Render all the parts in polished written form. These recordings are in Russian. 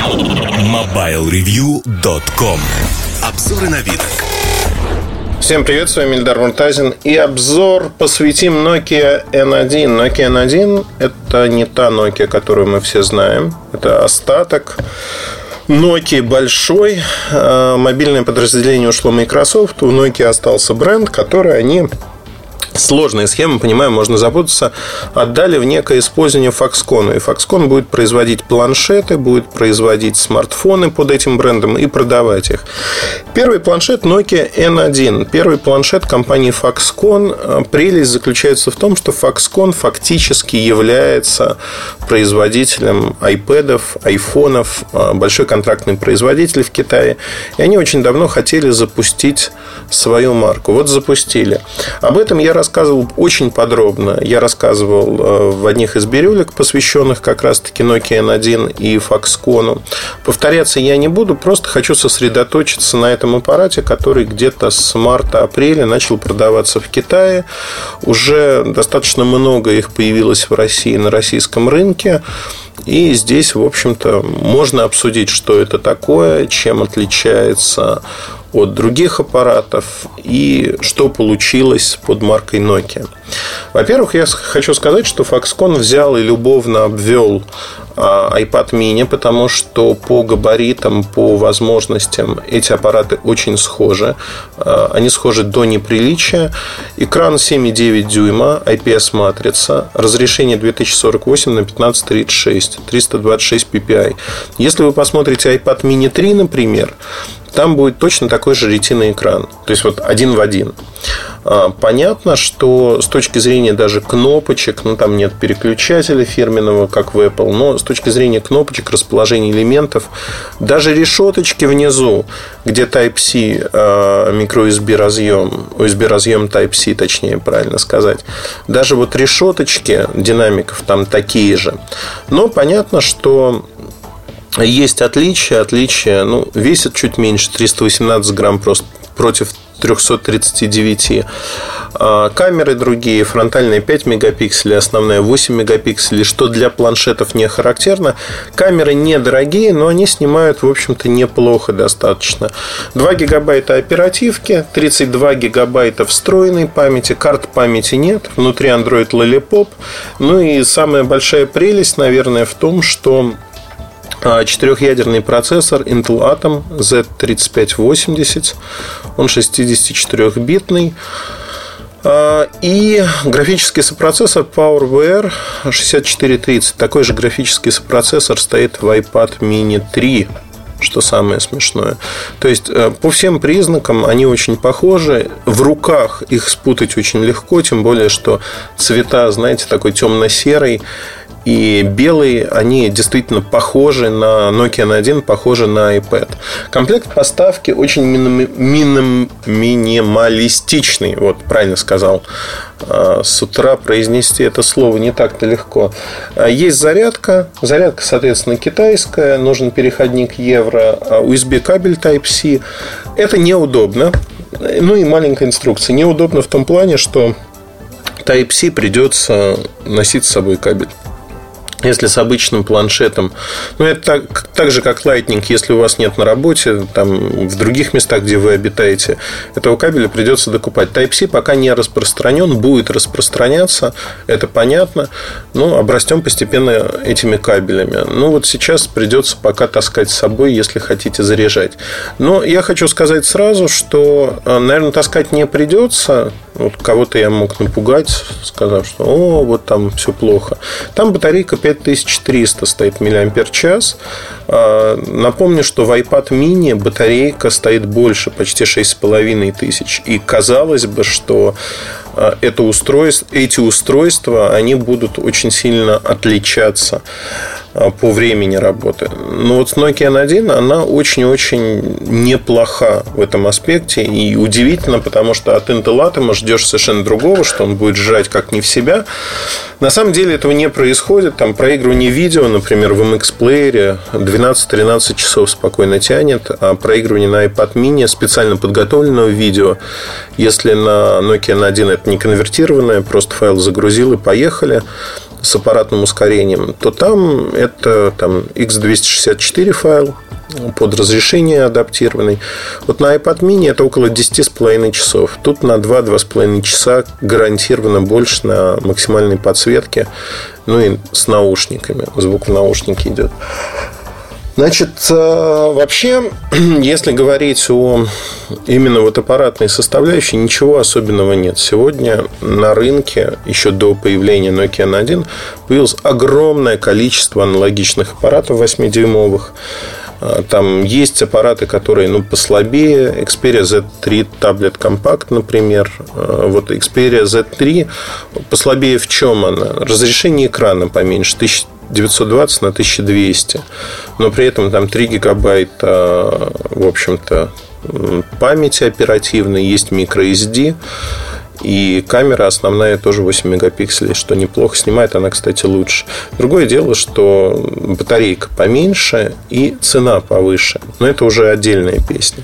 MobileReview.com. Обзоры новинок. Всем привет, с вами Эльдар Муртазин. И обзор посвятим Nokia N1. Nokia N1 – это не та Nokia, которую мы все знаем. Это остаток Nokia большой. Мобильное подразделение ушло Microsoft. У Nokia остался бренд, который они... Сложная схема, понимаю, можно запутаться. Отдали в некое использование Foxconn. И Foxconn будет производить планшеты, будет производить смартфоны под этим брендом и продавать их. Первый планшет Nokia N1. Первый планшет компании Foxconn. Прелесть заключается в том, что Foxconn фактически является производителем iPad'ов, айфонов, большой контрактный производитель в Китае. И они очень давно хотели запустить свою марку. Вот запустили. Об этом я рассказывал очень подробно. Я рассказывал в одних из бирюлек, посвященных как раз-таки Nokia N1 и Foxconn. Повторяться я не буду, просто хочу сосредоточиться на этом аппарате, который где-то с марта-апреля начал продаваться в Китае. Уже достаточно много их появилось в России, на российском рынке. И здесь, в общем-то, можно обсудить, что это такое, чем отличается от других аппаратов и что получилось под маркой Nokia. Во-первых, я хочу сказать, что Foxconn взял и любовно обвел iPad mini, потому что по габаритам, по возможностям эти аппараты очень схожи. Они схожи до неприличия. Экран 7,9 дюйма, IPS-матрица, разрешение 2048 на 1536, 326 ppi. Если вы посмотрите iPad mini 3, например, там будет точно такой же ретиный экран. То есть, вот один в один. Понятно, что с точки зрения даже кнопочек, там нет переключателя фирменного, как в Apple, но с точки зрения кнопочек, расположения элементов, даже решеточки внизу, где Type-C, microUSB разъем, USB разъем Type-C, точнее правильно сказать, даже вот решеточки динамиков там такие же. Но понятно, что есть отличия, весит чуть меньше, 318 грамм против 339. Камеры другие, фронтальная 5 мегапикселей, основная 8 мегапикселей, что для планшетов не характерно. Камеры недорогие, но они снимают, в общем-то, неплохо достаточно. 2 гигабайта оперативки, 32 гигабайта встроенной памяти, карт памяти нет, внутри Android Lollipop. Ну и самая большая прелесть, наверное, в том, что четырехъядерный процессор Intel Atom Z3580, он 64-битный. И графический сопроцессор PowerVR 6430. Такой же графический сопроцессор стоит в iPad mini 3, что самое смешное. То есть, по всем признакам они очень похожи. В руках их спутать очень легко, тем более, что цвета, знаете, такой темно-серый и белый, они действительно похожи на Nokia N1, похожи на iPad. Комплект поставки очень минималистичный. Вот, правильно сказал. С утра произнести это слово не так-то легко. Есть зарядка. Зарядка, соответственно, китайская. Нужен переходник евро. USB кабель Type-C. Это неудобно. Ну и маленькая инструкция. Неудобно в том плане, что Type-C придется носить с собой кабель. Если с обычным планшетом, это так же, как Lightning, если у вас нет на работе, там, в других местах, где вы обитаете, этого кабеля придется докупать. Type-C пока не распространен, будет распространяться, это понятно, но обрастем постепенно этими кабелями. Вот сейчас придется пока таскать с собой, если хотите заряжать. Но я хочу сказать сразу, что, наверное, таскать не придется. Вот кого-то я мог напугать, сказав, что вот там все плохо. Там батарейка 5300 стоит мАч. Напомню, что в iPad mini батарейка стоит больше, почти 6500. И казалось бы, что эти устройства, они будут очень сильно отличаться по времени работы. Но вот Nokia N1, она очень-очень неплоха в этом аспекте. И удивительно, потому что от Intel Atom ждешь совершенно другого, что он будет жрать как не в себя. На самом деле этого не происходит. Там проигрывание видео, например, в MX-плеере 12-13 часов спокойно тянет. А проигрывание на iPad mini специально подготовленного видео, если на Nokia N1 это не конвертированное, просто файл загрузил и поехали, с аппаратным ускорением, то там это x264 файл под разрешение адаптированный. Вот на iPad mini это около 10,5 часов. Тут на 2-2,5 часа гарантированно больше на максимальной подсветке. Ну и с наушниками. Звук в наушнике идет. Значит, вообще, если говорить о именно вот аппаратной составляющей, ничего особенного нет. Сегодня на рынке, еще до появления Nokia N1, появилось огромное количество аналогичных аппаратов 8-дюймовых. Там есть аппараты, которые послабее. Xperia Z3 Tablet Compact, например. Вот Xperia Z3 послабее в чем она? Разрешение экрана поменьше, 1920 на 1200. Но при этом там 3 гигабайта, в общем-то, памяти оперативной, есть microSD. И камера основная тоже 8 мегапикселей, что неплохо снимает. Она, кстати, лучше. Другое дело, что батарейка поменьше и цена повыше. Но это уже отдельная песня.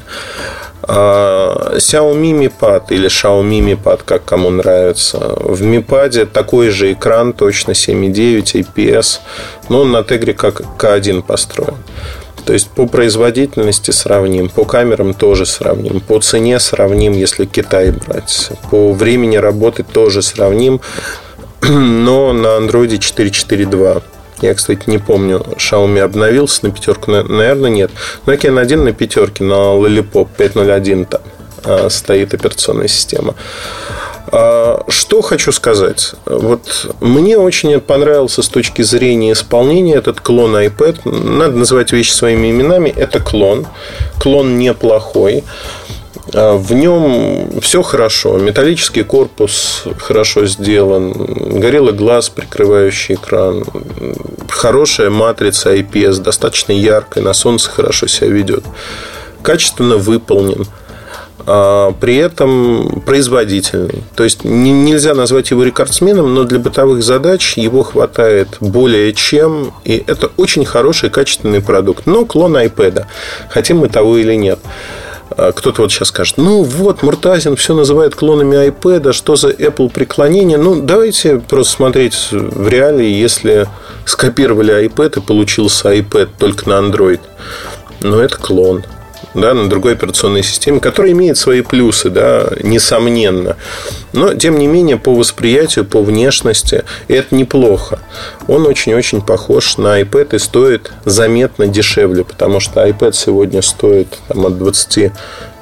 Xiaomi Mi Pad или Xiaomi Mi Pad, как кому нравится. В Mi Pad такой же экран, точно 7,9 IPS, но он на Tegra как K1 построен. То есть по производительности сравним, по камерам тоже сравним, по цене сравним, если Китай брать, по времени работы тоже сравним, но на Android 4.4.2. Я, кстати, не помню, Xiaomi обновился на пятерку, наверное, нет. Nokia N1 на пятерке, на Lollipop 5.0.1 там стоит операционная система. Что хочу сказать. Вот мне очень понравился с точки зрения исполнения этот клон iPad. Надо называть вещи своими именами. Это клон. Клон неплохой. В нем все хорошо. Металлический корпус хорошо сделан. Gorilla Glass, прикрывающий экран. Хорошая матрица IPS, достаточно яркая. На солнце хорошо себя ведет. Качественно выполнен. При этом производительный. То есть нельзя назвать его рекордсменом, но для бытовых задач его хватает более чем. И это очень хороший, качественный продукт. Но клон iPad. Хотим мы того или нет. Кто-то вот сейчас скажет: Муртазин все называет клонами iPad, что за Apple преклонение. Давайте просто смотреть в реалии. Если скопировали iPad и получился iPad только на Android, это клон. Да, на другой операционной системе, которая имеет свои плюсы, да, несомненно. Но, тем не менее, по восприятию, по внешности это неплохо. Он очень-очень похож на iPad и стоит заметно дешевле, потому что iPad сегодня стоит от 24-23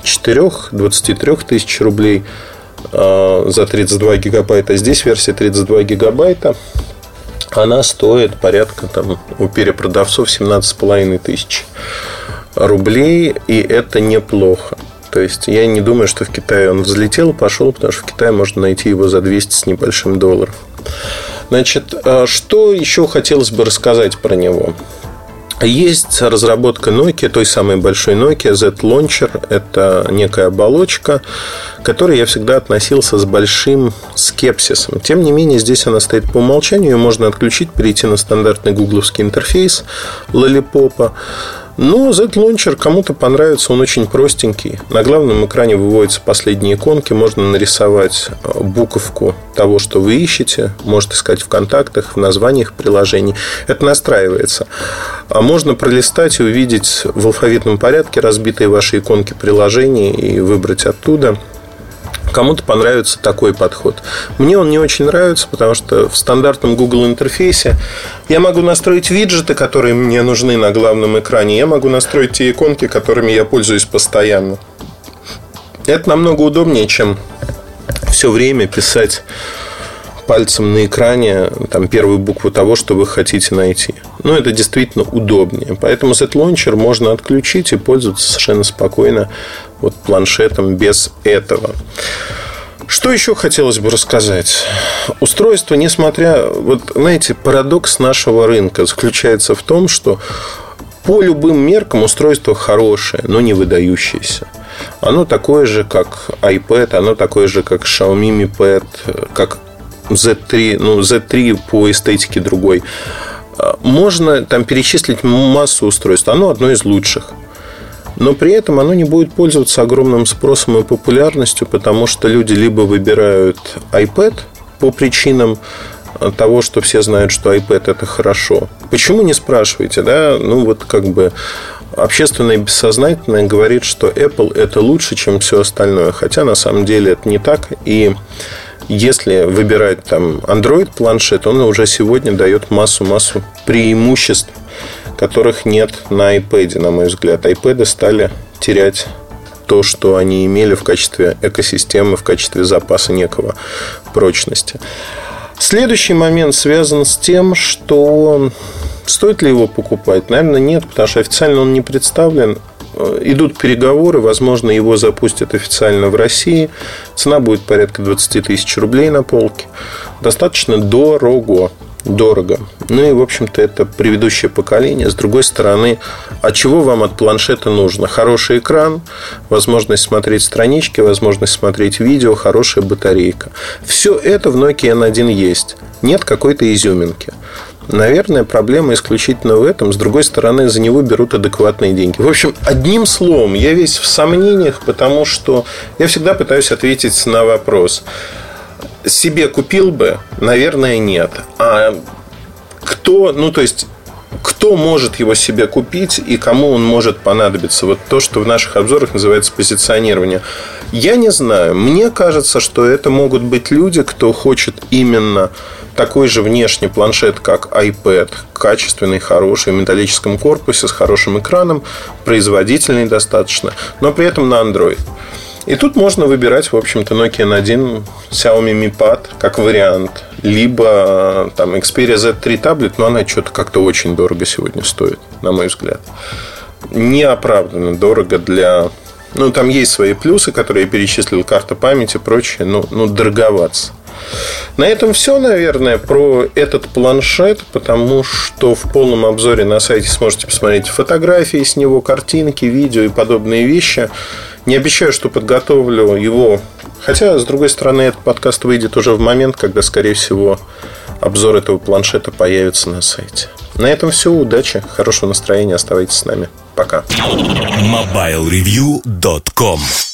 тысяч рублей за 32 гигабайта. Здесь версия 32 гигабайта. Она стоит порядка у перепродавцов 17,5 тысяч рублей, и это неплохо. То есть я не думаю, что в Китае он взлетел и пошел, потому что в Китае можно найти его за 200 с небольшим долларов. Значит, что еще хотелось бы рассказать про него? Есть разработка Nokia, той самой большой Nokia Z-Launcher. Это некая оболочка, к которой я всегда относился с большим скепсисом. Тем не менее, здесь она стоит по умолчанию. Ее можно отключить, перейти на стандартный гугловский интерфейс Lollipop. Но Z-Launcher кому-то понравится, он очень простенький. На главном экране выводятся последние иконки. Можно нарисовать буковку того, что вы ищете. Можно искать в контактах, в названиях приложений. Это настраивается. А можно пролистать и увидеть в алфавитном порядке разбитые ваши иконки приложений и выбрать оттуда. Кому-то понравится такой подход. Мне он не очень нравится, потому что в стандартном Google интерфейсе я могу настроить виджеты, которые мне нужны на главном экране. Я могу настроить те иконки, которыми я пользуюсь постоянно. Это намного удобнее, чем все время писать пальцем на экране первую букву того, что вы хотите найти. Это действительно удобнее. Поэтому Z-Launcher можно отключить и пользоваться совершенно спокойно планшетом без этого. Что еще хотелось бы рассказать? Устройство, несмотря... знаете, парадокс нашего рынка заключается в том, что по любым меркам устройство хорошее, но не выдающееся. Оно такое же, как iPad, оно такое же, как Xiaomi Mi Pad, как Z3. Z3 по эстетике другой. Можно перечислить массу устройств. Оно одно из лучших. Но при этом оно не будет пользоваться огромным спросом и популярностью, потому что люди либо выбирают iPad по причинам того, что все знают, что iPad это хорошо. Почему, не спрашивайте, да? Общественное бессознательное говорит, что Apple это лучше, чем все остальное. Хотя на самом деле это не так. И если выбирать там Android планшет, он уже сегодня дает массу преимуществ, которых нет на iPad, на мой взгляд. iPad стали терять то, что они имели в качестве экосистемы, в качестве запаса некого прочности. Следующий момент связан с тем, что стоит ли его покупать? Наверное, нет, потому что официально он не представлен. Идут переговоры, возможно, его запустят официально в России. Цена будет порядка 20 тысяч рублей на полке. Достаточно дорого. Ну и, в общем-то, это предыдущее поколение. С другой стороны, а чего вам от планшета нужно? Хороший экран, возможность смотреть странички, возможность смотреть видео, хорошая батарейка. Все это в Nokia N1 есть. Нет какой-то изюминки. Наверное, проблема исключительно в этом. С другой стороны, за него берут адекватные деньги. В общем, одним словом, я весь в сомнениях, потому что я всегда пытаюсь ответить на вопрос. Себе купил бы? Наверное, нет. А кто, кто может его себе купить и кому он может понадобиться? Вот то, что в наших обзорах называется позиционирование. Я не знаю. Мне кажется, что это могут быть люди, кто хочет именно такой же внешний планшет, как iPad, качественный, хороший, в металлическом корпусе, с хорошим экраном, производительный достаточно, но при этом на Android. И тут можно выбирать, в общем-то, Nokia N1, Xiaomi Mi Pad как вариант, либо там Xperia Z3 таблет, но она что-то как-то очень дорого сегодня стоит, на мой взгляд. Неоправданно дорого для... там есть свои плюсы, которые я перечислил, карта памяти и прочее, дороговаться. На этом все, наверное, про этот планшет, потому что в полном обзоре на сайте сможете посмотреть фотографии с него, картинки, видео и подобные вещи. Не обещаю, что подготовлю его. Хотя, с другой стороны, этот подкаст выйдет уже в момент, когда, скорее всего, обзор этого планшета появится на сайте. На этом все. Удачи, хорошего настроения. Оставайтесь с нами. Пока. MobileReview.com